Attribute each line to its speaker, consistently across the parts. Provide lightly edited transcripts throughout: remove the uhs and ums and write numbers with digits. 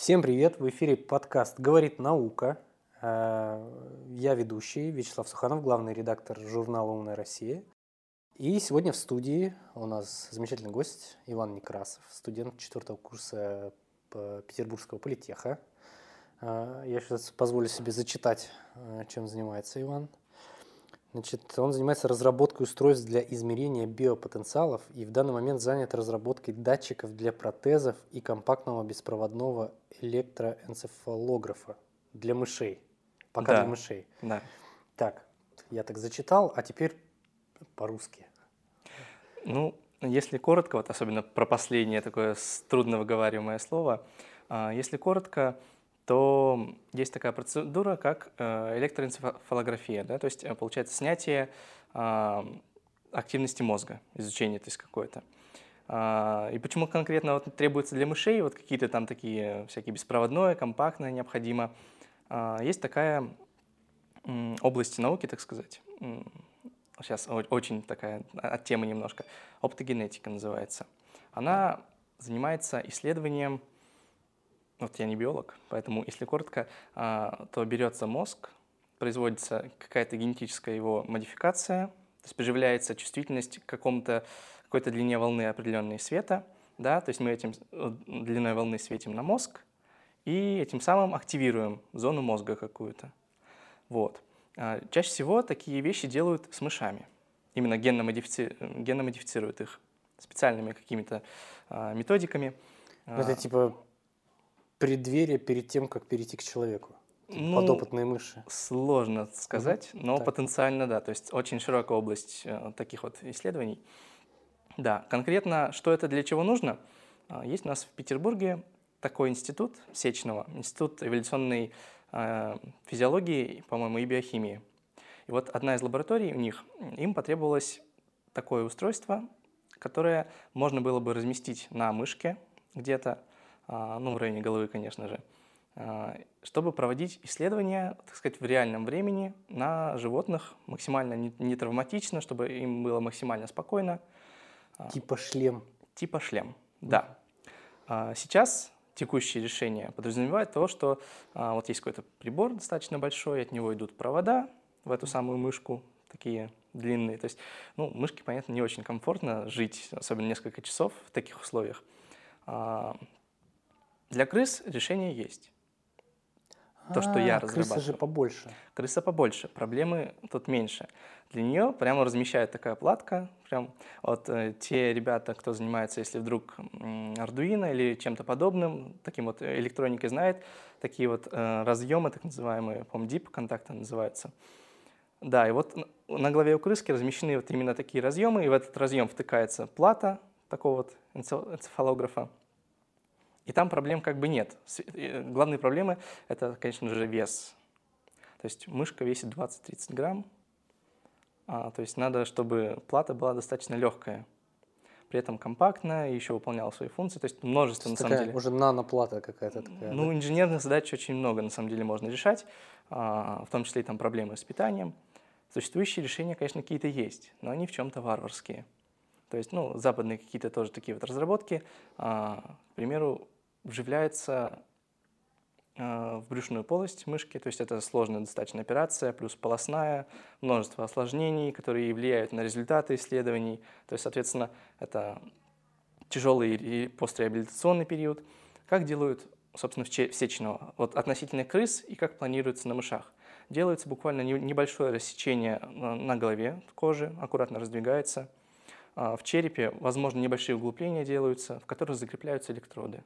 Speaker 1: Всем привет! В эфире подкаст «Говорит наука». Я ведущий Вячеслав Суханов, главный редактор журнала «Умная Россия». И сегодня в студии у нас замечательный гость Иван Некрасов, студент 4-го курса Петербургского политеха. Я сейчас позволю себе зачитать, чем занимается Иван. Значит, он занимается разработкой устройств для измерения биопотенциалов и в данный момент занят разработкой датчиков для протезов и компактного беспроводного электроэнцефалографа для мышей. Пока для мышей.
Speaker 2: Да.
Speaker 1: Так, я так зачитал, а теперь по-русски.
Speaker 2: Ну, если коротко, вот особенно про последнее такое трудновыговариваемое слово, если коротко, то есть такая процедура, как электроэнцефалография, да, то есть получается снятие активности мозга, изучение, то есть какое-то. И почему конкретно вот требуется для мышей, вот какие-то там такие всякие беспроводное, компактное необходимо. Есть такая область науки, так сказать, сейчас очень такая от темы немножко, оптогенетика называется. Она занимается исследованием. Вот я не биолог, поэтому, если коротко, то берется мозг, производится какая-то генетическая его модификация, то есть приживляется чувствительность к какой-то длине волны определенной света, да, то есть мы этим длиной волны светим на мозг и этим самым активируем зону мозга какую-то. Вот. Чаще всего такие вещи делают с мышами, именно генно модифицируют их специальными какими-то методиками.
Speaker 1: Это типа преддверие перед тем, как перейти к человеку. Подопытные мыши.
Speaker 2: Сложно сказать, но так. Потенциально да. То есть очень широкая область таких вот исследований. Да, конкретно, что это для чего нужно? Есть у нас в Петербурге такой институт Сеченова, институт эволюционной физиологии, по-моему, и биохимии. И вот одна из лабораторий у них, им потребовалось такое устройство, которое можно было бы разместить на мышке где-то, в районе головы, конечно же, чтобы проводить исследования, так сказать, в реальном времени на животных, максимально не травматично, чтобы им было максимально спокойно.
Speaker 1: Типа шлем.
Speaker 2: Типа шлем, да. Сейчас текущее решение подразумевает то, что вот есть какой-то прибор достаточно большой, от него идут провода в эту самую мышку, такие длинные. То есть, мышке, понятно, не очень комфортно жить, особенно несколько часов в таких условиях. Для крыс решение есть. То, что я разрабатываю.
Speaker 1: Крыса же побольше.
Speaker 2: Крыса побольше, проблемы тут меньше. Для нее прямо размещает такая платка. Прям вот те ребята, кто занимается, если вдруг Arduino или чем-то подобным, таким вот электроникой знает, такие вот разъемы, так называемые, по-моему, DIP-контакты называются. Да, и вот на голове у крыски размещены вот именно такие разъемы, и в этот разъем втыкается плата такого вот энцефалографа. И там проблем как бы нет. Главные проблемы – это, конечно же, вес. То есть мышка весит 20-30 грамм, то есть надо, чтобы плата была достаточно легкая, при этом компактная, еще выполняла свои функции, то есть множество, на самом деле.
Speaker 1: Уже наноплата какая-то такая. Да?
Speaker 2: Инженерных задач очень много, на самом деле, можно решать, в том числе и там проблемы с питанием. Существующие решения, конечно, какие-то есть, но они в чем-то варварские. То есть, западные какие-то тоже такие вот разработки, к примеру, вживляется в брюшную полость мышки, то есть это сложная достаточно операция, плюс полостная, множество осложнений, которые влияют на результаты исследований. То есть, соответственно, это тяжелый постреабилитационный период. Как делают, собственно, в Сеченова? Вот относительно крыс и как планируется на мышах. Делается буквально небольшое рассечение на голове кожи, аккуратно раздвигается. В черепе, возможно, небольшие углубления делаются, в которых закрепляются электроды.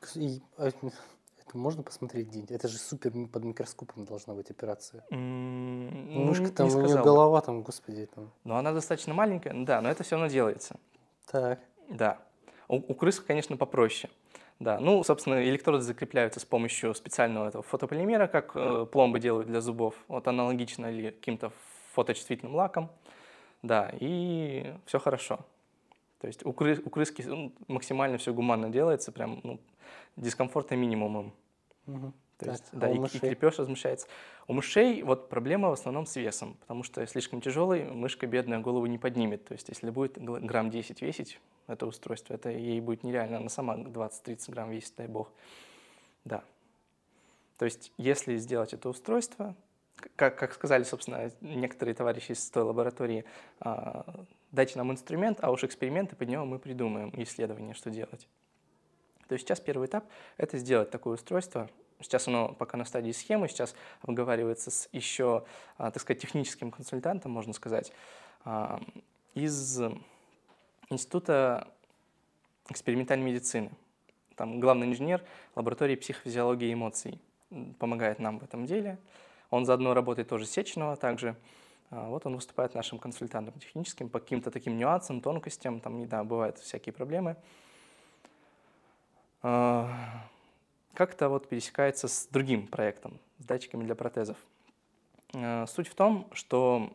Speaker 1: Это можно посмотреть где-нибудь? Это же супер под микроскопом должна быть операция.
Speaker 2: Мышка
Speaker 1: там, у нее голова там, господи. Там.
Speaker 2: Но она достаточно маленькая, да, но это все равно делается.
Speaker 1: Так.
Speaker 2: Да. У крыс, конечно, попроще. Да, собственно, электроды закрепляются с помощью специального этого фотополимера, как пломбы делают для зубов. Вот аналогично или каким-то фоточувствительным лаком. Да, и все хорошо. То есть у крыски максимально все гуманно делается, прям дискомфорта минимумом. То есть, да, и крепеж размещается. У мышей вот проблема в основном с весом, потому что слишком тяжелый, мышка бедная голову не поднимет. То есть если будет грамм 10 весить это устройство, это ей будет нереально, она сама 20-30 грамм весит, дай бог. Да. То есть, если сделать это устройство, как сказали, собственно, некоторые товарищи из той лаборатории, дайте нам инструмент, а уж эксперименты под него мы придумаем, исследования, что делать. То есть сейчас первый этап – это сделать такое устройство. Сейчас оно пока на стадии схемы, сейчас обговаривается с еще, так сказать, техническим консультантом, можно сказать, из Института экспериментальной медицины. Там главный инженер лаборатории психофизиологии и эмоций помогает нам в этом деле. Он заодно работает тоже с Сеченова также. Вот он выступает нашим консультантом техническим по каким-то таким нюансам, тонкостям. Там, да, бывают всякие проблемы. Как-то вот пересекается с другим проектом, с датчиками для протезов. Суть в том, что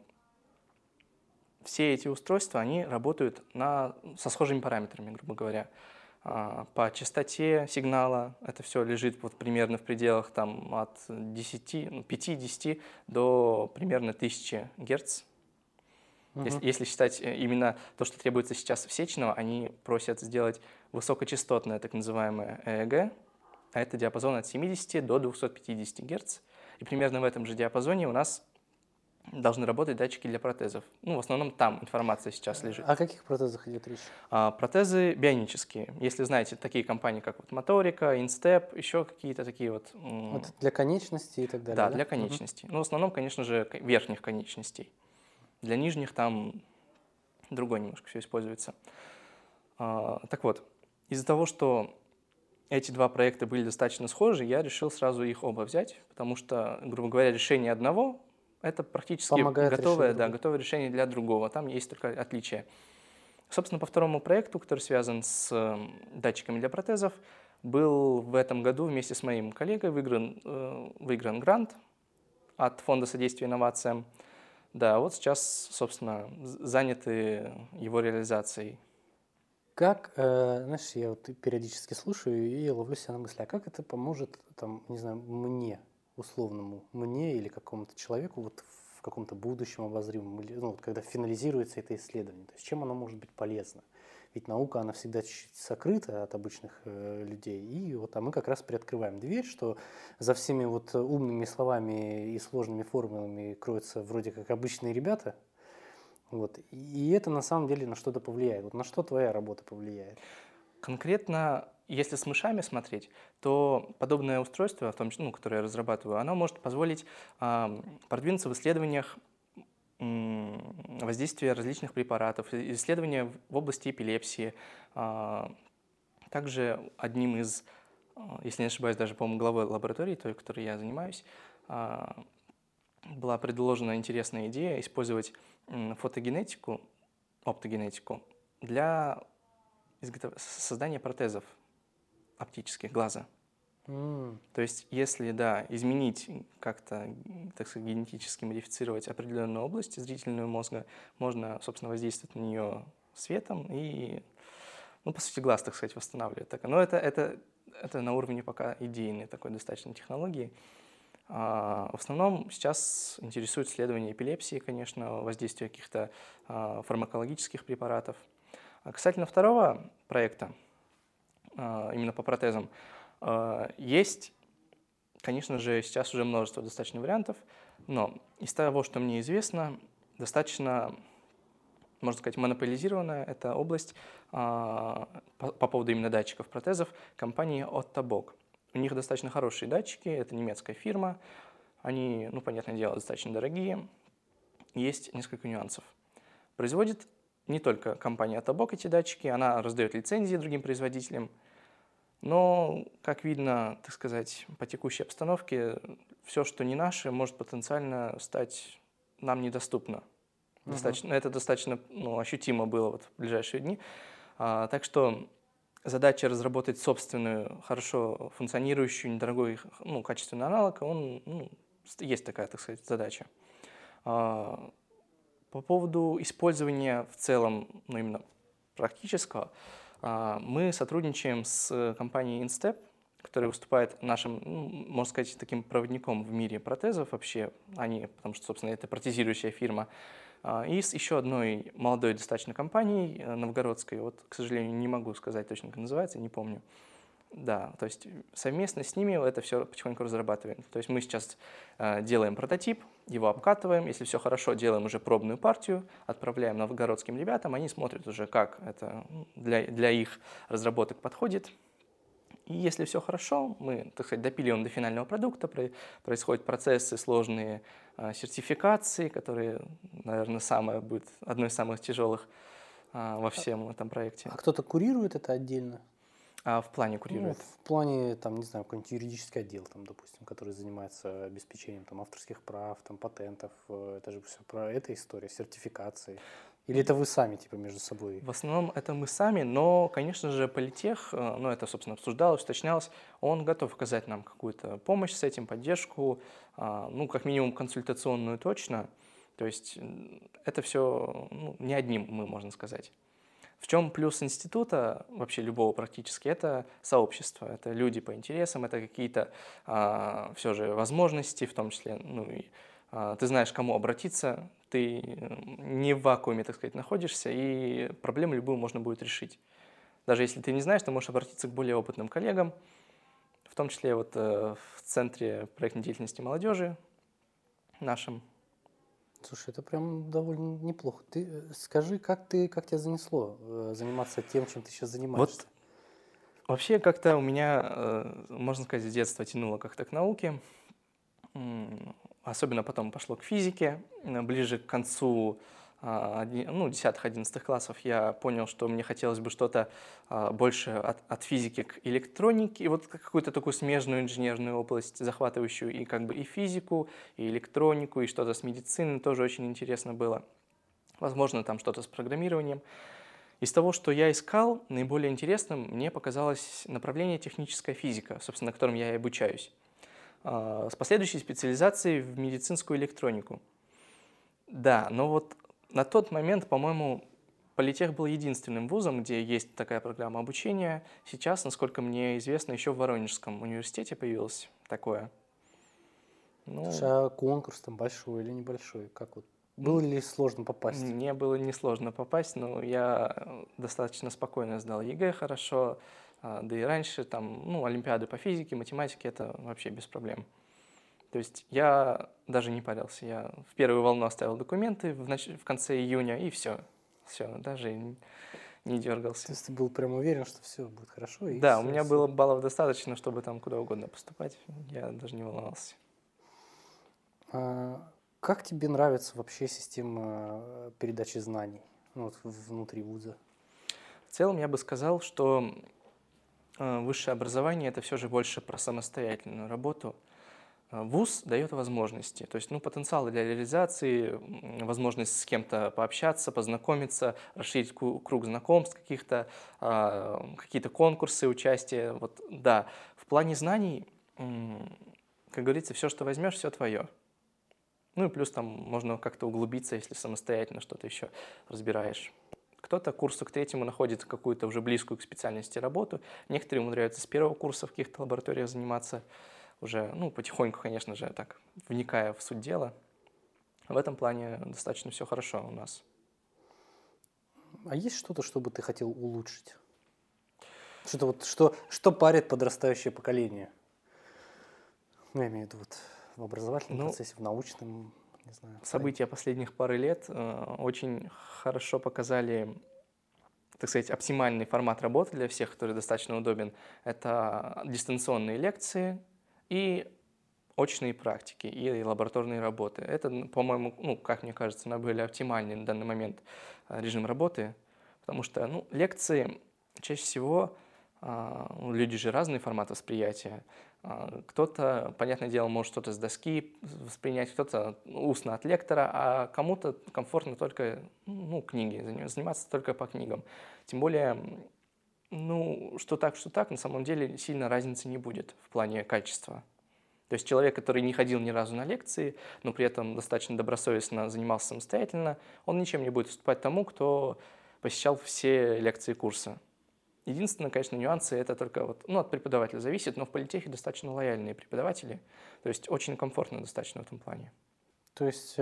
Speaker 2: все эти устройства, они работают со схожими параметрами, грубо говоря. По частоте сигнала это все лежит вот примерно в пределах там, от 5-10 до примерно 1000 Гц. Если считать именно то, что требуется сейчас в Сеченова, они просят сделать высокочастотное так называемое ЭЭГ, а это диапазон от 70 до 250 Гц. И примерно в этом же диапазоне у нас должны работать датчики для протезов. В основном там информация сейчас лежит.
Speaker 1: О каких протезах идет речь?
Speaker 2: Протезы бионические. Если знаете, такие компании, как вот Моторика, Инстеп, еще какие-то такие вот...
Speaker 1: Вот для конечностей и так далее,
Speaker 2: да? Для конечностей. В основном, конечно же, верхних конечностей. Для нижних там другое немножко все используется. Так вот, из-за того, что эти два проекта были достаточно схожи, я решил сразу их оба взять, потому что, грубо говоря, решение одного – это практически готовое решение для другого. Там есть только отличия. Собственно, по второму проекту, который связан с датчиками для протезов, был в этом году вместе с моим коллегой выигран грант от Фонда содействия инновациям. Да, вот сейчас, собственно, заняты его реализацией.
Speaker 1: Как, знаешь, я вот периодически слушаю и ловлю себя на мысли, а как это поможет, там, не знаю, мне, условному мне или какому-то человеку вот в каком-то будущем обозримом, или, вот когда финализируется это исследование, то есть чем оно может быть полезно? Ведь наука, она всегда чуть-чуть сокрыта от обычных людей, и вот, мы как раз приоткрываем дверь, что за всеми вот умными словами и сложными формулами кроются вроде как обычные ребята, вот, и это на самом деле на что-то повлияет. Вот на что твоя работа повлияет?
Speaker 2: Конкретно, если с мышами смотреть, то подобное устройство, в том числе, которое я разрабатываю, оно может позволить продвинуться в исследованиях воздействия различных препаратов, исследования в области эпилепсии. Также одним из, если не ошибаюсь, даже, по-моему, главой лаборатории, той, которой я занимаюсь, была предложена интересная идея использовать фотогенетику, оптогенетику для создания протезов оптических глаза. То есть, если, изменить как-то, так сказать, генетически модифицировать определенную область зрительного мозга, можно, собственно, воздействовать на нее светом и, по сути, глаз, так сказать, восстанавливать. Но это на уровне пока идейной такой достаточно технологии. В основном сейчас интересует исследование эпилепсии, конечно, воздействие каких-то фармакологических препаратов. Касательно второго проекта, именно по протезам, есть, конечно же, сейчас уже множество достаточно вариантов, но из того, что мне известно, достаточно, можно сказать, монополизированная эта область по поводу именно датчиков протезов компании Ottobock. У них достаточно хорошие датчики, это немецкая фирма, они, понятное дело, достаточно дорогие. Есть несколько нюансов. Производит не только компания Ottobock эти датчики, она раздает лицензии другим производителям, но, как видно, так сказать, по текущей обстановке, все, что не наше, может потенциально стать нам недоступно. Это достаточно ощутимо было в ближайшие дни. Так что задача разработать собственную, хорошо функционирующую, недорогой, качественный аналог, есть такая, так сказать, задача. По поводу использования в целом, именно практического, мы сотрудничаем с компанией Instep, которая выступает нашим, можно сказать, таким проводником в мире протезов вообще, потому что, собственно, это протезирующая фирма, и с еще одной молодой достаточно компанией, новгородской, к сожалению, не могу сказать точно, как называется, не помню. Да, то есть совместно с ними это все потихоньку разрабатываем. То есть мы сейчас делаем прототип, его обкатываем, если все хорошо, делаем уже пробную партию, отправляем новгородским ребятам, они смотрят уже, как это для их разработок подходит. И если все хорошо, мы, так сказать, допиливаем до финального продукта, происходят процессы сложные сертификации, которые, наверное, будет одной из самых тяжелых во всем этом проекте.
Speaker 1: А кто-то курирует это отдельно?
Speaker 2: В плане
Speaker 1: Ну,
Speaker 2: курирует.
Speaker 1: в плане, там, не знаю, какой-нибудь юридический отдел, там, допустим, который занимается обеспечением там, авторских прав, там, патентов. Это же все про эта история, сертификации. Или это вы сами, типа, между собой?
Speaker 2: В основном это мы сами, но, конечно же, Политех, ну, это, собственно, обсуждалось, уточнялось, он готов оказать нам какую-то помощь с этим, поддержку, ну, как минимум консультационную точно. То есть это все не одним мы, можно сказать. В чем плюс института, вообще любого практически, это сообщество, это люди по интересам, это какие-то все же возможности, в том числе, ну, и, ты знаешь, к кому обратиться, ты не в вакууме, так сказать, находишься, и проблему любую можно будет решить. Даже если ты не знаешь, ты можешь обратиться к более опытным коллегам, в том числе вот в Центре проектной деятельности молодежи нашем.
Speaker 1: Слушай, это прям довольно неплохо. Ты скажи, как тебя занесло заниматься тем, чем ты сейчас занимаешься?
Speaker 2: Вот вообще как-то у меня, можно сказать, с детства тянуло как-то к науке. Особенно потом пошло к физике. Ближе к концу 10-11 классов я понял, что мне хотелось бы что-то больше от физики к электронике, и вот какую-то такую смежную инженерную область, захватывающую и как бы и физику, и электронику, и что-то с медициной, тоже очень интересно было. Возможно, там что-то с программированием. Из того, что я искал, наиболее интересным мне показалось направление техническая физика, собственно, на котором я и обучаюсь, с последующей специализацией в медицинскую электронику. Да, но вот на тот момент, по-моему, Политех был единственным вузом, где есть такая программа обучения. Сейчас, насколько мне известно, еще в Воронежском университете появилось такое.
Speaker 1: Слушай, а конкурс там большой или небольшой? Как вот? Было ли сложно попасть?
Speaker 2: Мне было несложно попасть, но я достаточно спокойно сдал ЕГЭ хорошо, да и раньше там, олимпиады по физике, математике, это вообще без проблем. То есть я даже не парился, я в первую волну оставил документы в конце июня, и все, даже не дергался.
Speaker 1: То есть ты был прям уверен, что все будет хорошо? И
Speaker 2: Да,
Speaker 1: все,
Speaker 2: у меня было баллов достаточно, чтобы там куда угодно поступать, я даже не волновался.
Speaker 1: Как тебе нравится вообще система передачи знаний внутри вуза?
Speaker 2: В целом я бы сказал, что высшее образование – это все же больше про самостоятельную работу. Вуз дает возможности, то есть потенциал для реализации, возможность с кем-то пообщаться, познакомиться, расширить круг знакомств, какие-то конкурсы, участие. Вот, да, в плане знаний, как говорится, все, что возьмешь, все твое. Ну и плюс там можно как-то углубиться, если самостоятельно что-то еще разбираешь. Кто-то к курсу к третьему находит какую-то уже близкую к специальности работу. Некоторые умудряются с первого курса в каких-то лабораториях заниматься, уже, потихоньку, конечно же, так, вникая в суть дела. В этом плане достаточно все хорошо у нас.
Speaker 1: А есть что-то, что бы ты хотел улучшить? Что парит подрастающее поколение? Я имею в виду в образовательном процессе, в научном, не знаю.
Speaker 2: События последних пары лет очень хорошо показали, так сказать, оптимальный формат работы для всех, который достаточно удобен. Это дистанционные лекции и очные практики, и лабораторные работы. Это, по-моему, как мне кажется, наиболее оптимальный на данный момент режим работы, потому что, лекции чаще всего, люди же разные форматы восприятия. Кто-то, понятное дело, может что-то с доски воспринять, кто-то устно от лектора, а кому-то комфортно только, книги, заниматься только по книгам. Тем более, что так, на самом деле сильно разницы не будет в плане качества. То есть человек, который не ходил ни разу на лекции, но при этом достаточно добросовестно занимался самостоятельно, он ничем не будет уступать тому, кто посещал все лекции курса. Единственное, конечно, нюансы это только от преподавателя зависит, но в политехе достаточно лояльные преподаватели, то есть очень комфортно достаточно в этом плане.
Speaker 1: То есть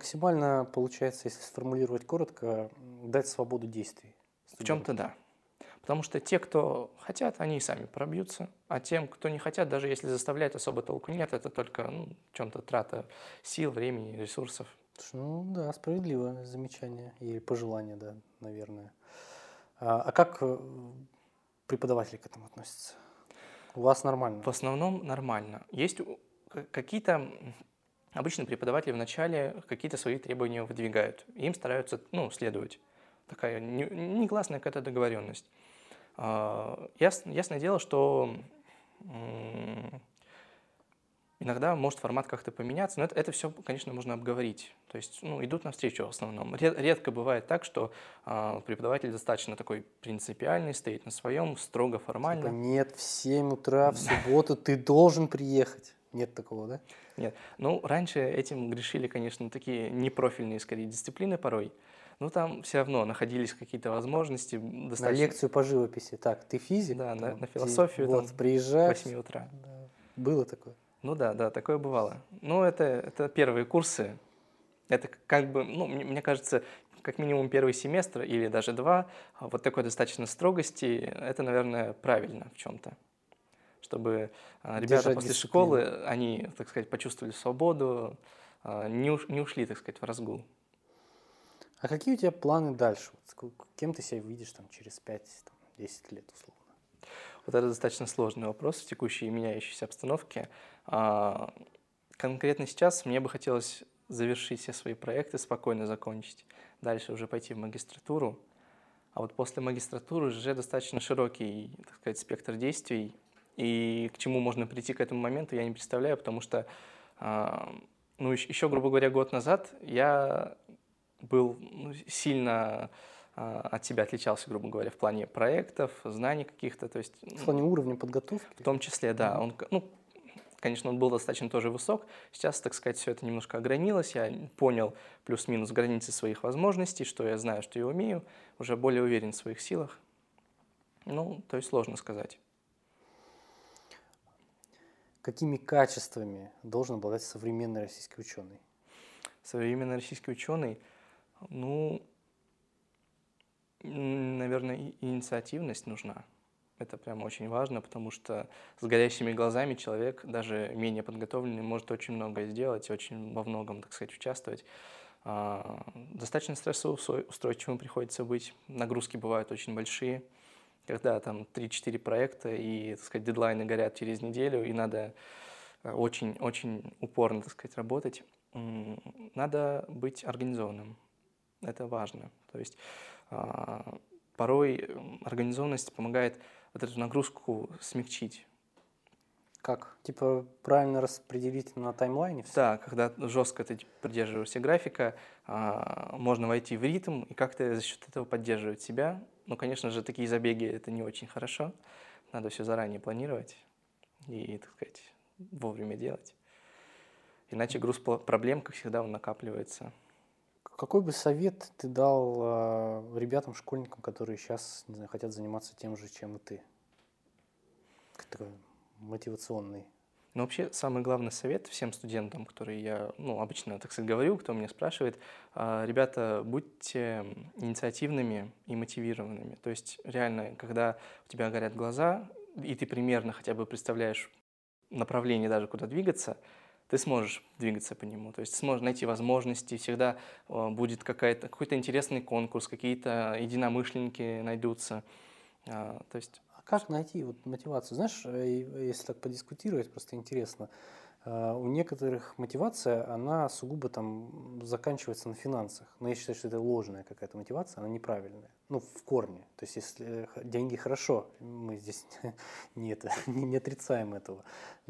Speaker 1: максимально получается, если сформулировать коротко, дать свободу действий
Speaker 2: В чем-то да. Потому что те, кто хотят, они и сами пробьются, а тем, кто не хотят, даже если заставлять, особо толку нет, это только в чем-то трата сил, времени, ресурсов.
Speaker 1: Слушай, ну да, справедливое замечание или пожелание, да, наверное. А как преподаватели к этому относятся? У вас нормально?
Speaker 2: В основном нормально. Есть какие-то обычно преподаватели вначале какие-то свои требования выдвигают. Им стараются следовать. Такая негласная какая-то договоренность. Ясное дело, что иногда может формат как-то поменяться, но это все, конечно, можно обговорить. То есть идут навстречу в основном. Редко бывает так, что преподаватель достаточно такой принципиальный, стоит на своем, строго, формально.
Speaker 1: Типа нет, в 7 утра в субботу ты должен приехать. Нет такого, да?
Speaker 2: Нет. Раньше этим грешили, конечно, такие непрофильные, скорее, дисциплины порой. Но там все равно находились какие-то возможности достаточно...
Speaker 1: На лекцию по живописи. Так, ты физик?
Speaker 2: Да,
Speaker 1: там,
Speaker 2: на философию
Speaker 1: вот,
Speaker 2: там,
Speaker 1: приезжай.
Speaker 2: 8 утра.
Speaker 1: Да. Было такое?
Speaker 2: Да, такое бывало. Это первые курсы. Это как бы, мне кажется, как минимум первый семестр или даже 2, вот такой достаточно строгости, это, наверное, правильно в чем-то. Чтобы ребята
Speaker 1: Держать
Speaker 2: после
Speaker 1: дисциплину.
Speaker 2: школы, они, так сказать, почувствовали свободу, не ушли, так сказать, в разгул.
Speaker 1: А какие у тебя планы дальше? Кем ты себя видишь там, через 5-10 лет, условно?
Speaker 2: Вот это достаточно сложный вопрос в текущей меняющейся обстановке. Конкретно сейчас мне бы хотелось завершить все свои проекты, спокойно закончить. Дальше уже пойти в магистратуру. А вот после магистратуры уже достаточно широкий, так сказать, спектр действий. И к чему можно прийти к этому моменту, я не представляю, потому что, еще, грубо говоря, год назад я был сильно от себя отличался, грубо говоря, в плане проектов, знаний каких-то. То есть,
Speaker 1: В плане уровня подготовки?
Speaker 2: в том числе, да. Конечно, он был достаточно тоже высок. Сейчас, так сказать, все это немножко огранилось. Я понял плюс-минус границы своих возможностей, что я знаю, что я умею. Уже более уверен в своих силах. То есть сложно сказать.
Speaker 1: Какими качествами должен обладать современный российский ученый?
Speaker 2: Современный российский ученый, наверное, инициативность нужна. Это прям очень важно, потому что с горящими глазами человек, даже менее подготовленный, может очень многое сделать, очень во многом, так сказать, участвовать. Достаточно стрессоустойчивым приходится быть. Нагрузки бывают очень большие, когда там 3-4 проекта и, так сказать, дедлайны горят через неделю, и надо очень-очень упорно, так сказать, работать. Надо быть организованным. Это важно. То есть порой организованность помогает вот эту нагрузку смягчить.
Speaker 1: Как? Типа правильно распределить на таймлайне все?
Speaker 2: Да, когда жестко ты придерживаешься графика, можно войти в ритм и как-то за счет этого поддерживать себя. Конечно же, такие забеги – это не очень хорошо. Надо все заранее планировать и, так сказать, вовремя делать. Иначе груз проблем, как всегда, он накапливается.
Speaker 1: Какой бы совет ты дал ребятам, школьникам, которые сейчас, не знаю, хотят заниматься тем же, чем и ты? Такой мотивационный.
Speaker 2: Вообще, самый главный совет всем студентам, которые я обычно, так сказать, говорю, кто меня спрашивает, ребята, будьте инициативными и мотивированными. То есть реально, когда у тебя горят глаза, и ты примерно хотя бы представляешь направление даже, куда двигаться, ты сможешь двигаться по нему. То есть сможешь найти возможности, всегда будет какой-то интересный конкурс, какие-то единомышленники найдутся. То есть...
Speaker 1: Как найти мотивацию? Знаешь, если так подискутировать, просто интересно. У некоторых мотивация, она сугубо там заканчивается на финансах. Но я считаю, что это ложная какая-то мотивация, она неправильная. В корне. То есть, если деньги хорошо, мы здесь не отрицаем этого.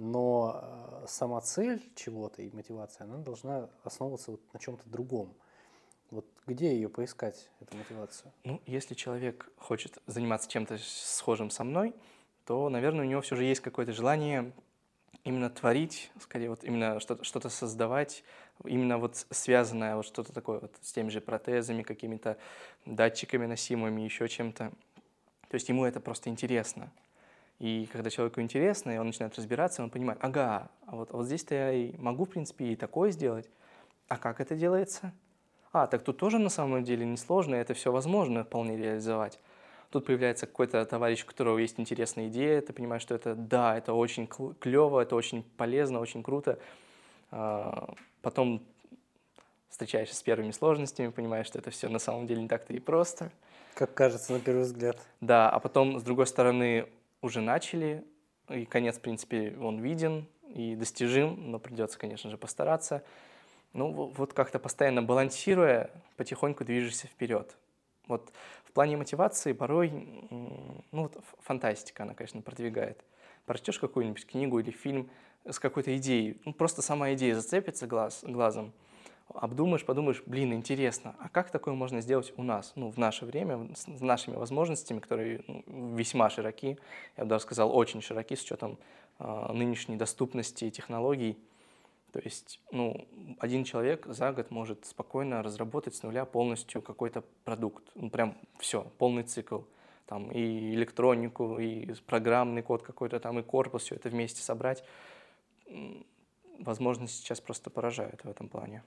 Speaker 1: Но сама цель чего-то и мотивация, она должна основываться на чем-то другом. Где ее поискать, эту мотивацию?
Speaker 2: Если человек хочет заниматься чем-то схожим со мной, то, наверное, у него все же есть какое-то желание именно творить, скорее именно что-то создавать, именно связанное что-то такое с теми же протезами, какими-то датчиками носимыми, еще чем-то. То есть ему это просто интересно. И когда человеку интересно, и он начинает разбираться, он понимает, ага, а вот здесь-то я и могу, в принципе, и такое сделать. А как это делается? Так тут тоже на самом деле несложно, это все возможно вполне реализовать. Тут появляется какой-то товарищ, у которого есть интересная идея, ты понимаешь, что это, да, это очень клево, это очень полезно, очень круто. Потом встречаешься с первыми сложностями, понимаешь, что это все на самом деле не так-то и просто.
Speaker 1: Как кажется на первый взгляд.
Speaker 2: Да, а потом, с другой стороны, уже начали, и конец, в принципе, он виден и достижим, но придется, конечно же, постараться. Ну, вот как-то постоянно балансируя, потихоньку движешься вперед. Вот в плане мотивации порой, ну, вот фантастика, она, конечно, продвигает. Прочтешь какую-нибудь книгу или фильм с какой-то идеей, ну, просто сама идея зацепится глазом, обдумаешь, подумаешь, блин, интересно, а как такое можно сделать у нас, ну, в наше время, с нашими возможностями, которые весьма широки, я бы даже сказал, очень широки с учетом нынешней доступности технологий. То есть, ну, один человек за год может спокойно разработать с нуля полностью какой-то продукт, ну, прям все, полный цикл. Там и электронику, и программный код какой-то там, и корпус, все это вместе собрать. Возможности сейчас просто поражают в этом плане.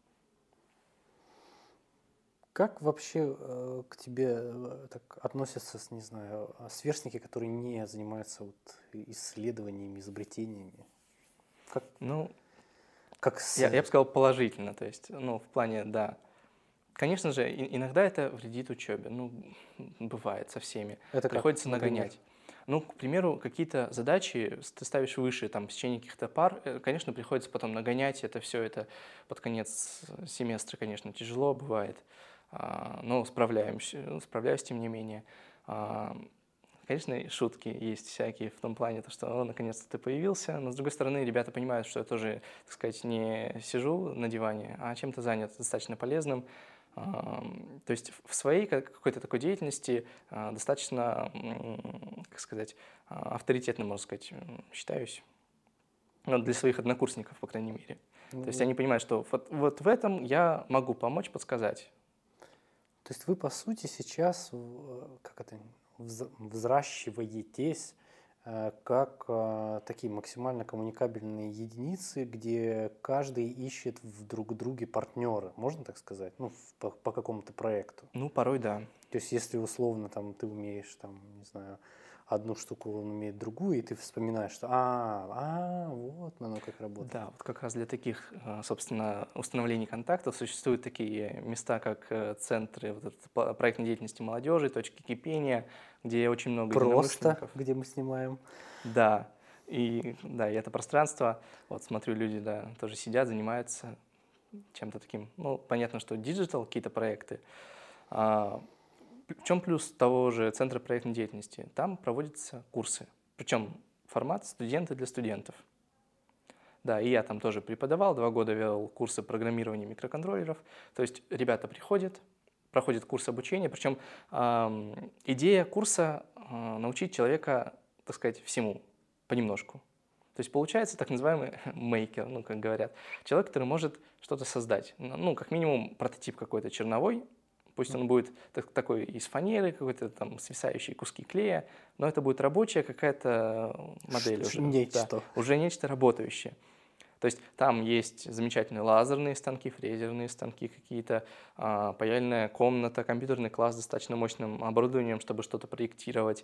Speaker 1: Как вообще к тебе так относятся, не знаю, сверстники, которые не занимаются вот исследованиями, изобретениями? Как,
Speaker 2: Ну,
Speaker 1: как
Speaker 2: я бы сказал положительно, то есть, ну, в плане, да. Конечно же, иногда это вредит учебе, ну, бывает со всеми.
Speaker 1: Это
Speaker 2: Приходится
Speaker 1: как, например?
Speaker 2: нагонять. Ну, к примеру, какие-то задачи ты ставишь выше, там, в течение каких-то пар, конечно, приходится потом нагонять это все, это под конец семестра, конечно, тяжело бывает, но справляюсь тем не менее. Конечно, и шутки есть всякие в том плане, то, что наконец-то ты появился, но с другой стороны, ребята понимают, что я тоже, так сказать, не сижу на диване, а чем-то занят достаточно полезным. То есть в своей какой-то такой деятельности достаточно, как сказать, авторитетным, можно сказать, считаюсь. Ну, для своих однокурсников, по крайней мере. То есть они понимают, что вот в этом я могу помочь, подсказать.
Speaker 1: То есть вы, по сути, сейчас как это, взращиваетесь как такие максимально коммуникабельные единицы, где каждый ищет в друг друге партнера, можно так сказать, ну, по какому-то проекту.
Speaker 2: Ну, порой да.
Speaker 1: То есть если условно там ты умеешь, там, не знаю, одну штуку, он умеет другую, и ты вспоминаешь, что вот оно как работает.
Speaker 2: Да, вот как раз для таких, собственно, установлений контактов существуют такие места, как центры проектной деятельности молодежи, точки кипения, где очень много единомышленников.
Speaker 1: Где мы снимаем.
Speaker 2: Да, и это пространство, вот смотрю, люди, да, тоже сидят, занимаются чем-то таким. Ну, понятно, что диджитал, какие-то проекты. В чем плюс того же Центра проектной деятельности? Там проводятся курсы, причем формат студенты для студентов. Да, и я там тоже преподавал, 2 года вел курсы программирования микроконтроллеров. То есть ребята приходят, проходят курс обучения, причем идея курса научить человека, так сказать, всему, понемножку. То есть получается так называемый мейкер, ну, как говорят, человек, который может что-то создать. Ну, как минимум прототип какой-то черновой, пусть он будет такой из фанеры, какой-то там свисающие куски клея, но это будет рабочая какая-то модель уже.
Speaker 1: Нечто.
Speaker 2: Да, уже нечто работающее. То есть там есть замечательные лазерные станки, фрезерные станки какие-то, паяльная комната, компьютерный класс с достаточно мощным оборудованием, чтобы что-то проектировать.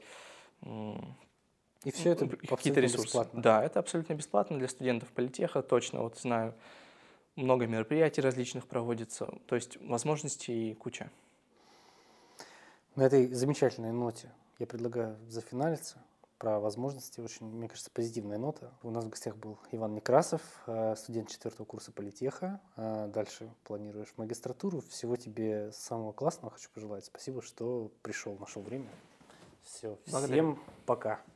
Speaker 1: И все это
Speaker 2: Какие-то ресурсы.
Speaker 1: Бесплатно.
Speaker 2: Да, это абсолютно бесплатно для студентов политеха, точно, вот знаю. Много мероприятий различных проводится, то есть возможностей куча.
Speaker 1: На этой замечательной ноте я предлагаю зафиналиться. Про возможности очень, мне кажется, позитивная нота. У нас в гостях был Иван Некрасов, студент 4-го курса политеха. Дальше планируешь магистратуру. Всего тебе самого классного хочу пожелать. Спасибо, что пришел, нашел время. Все, всем пока.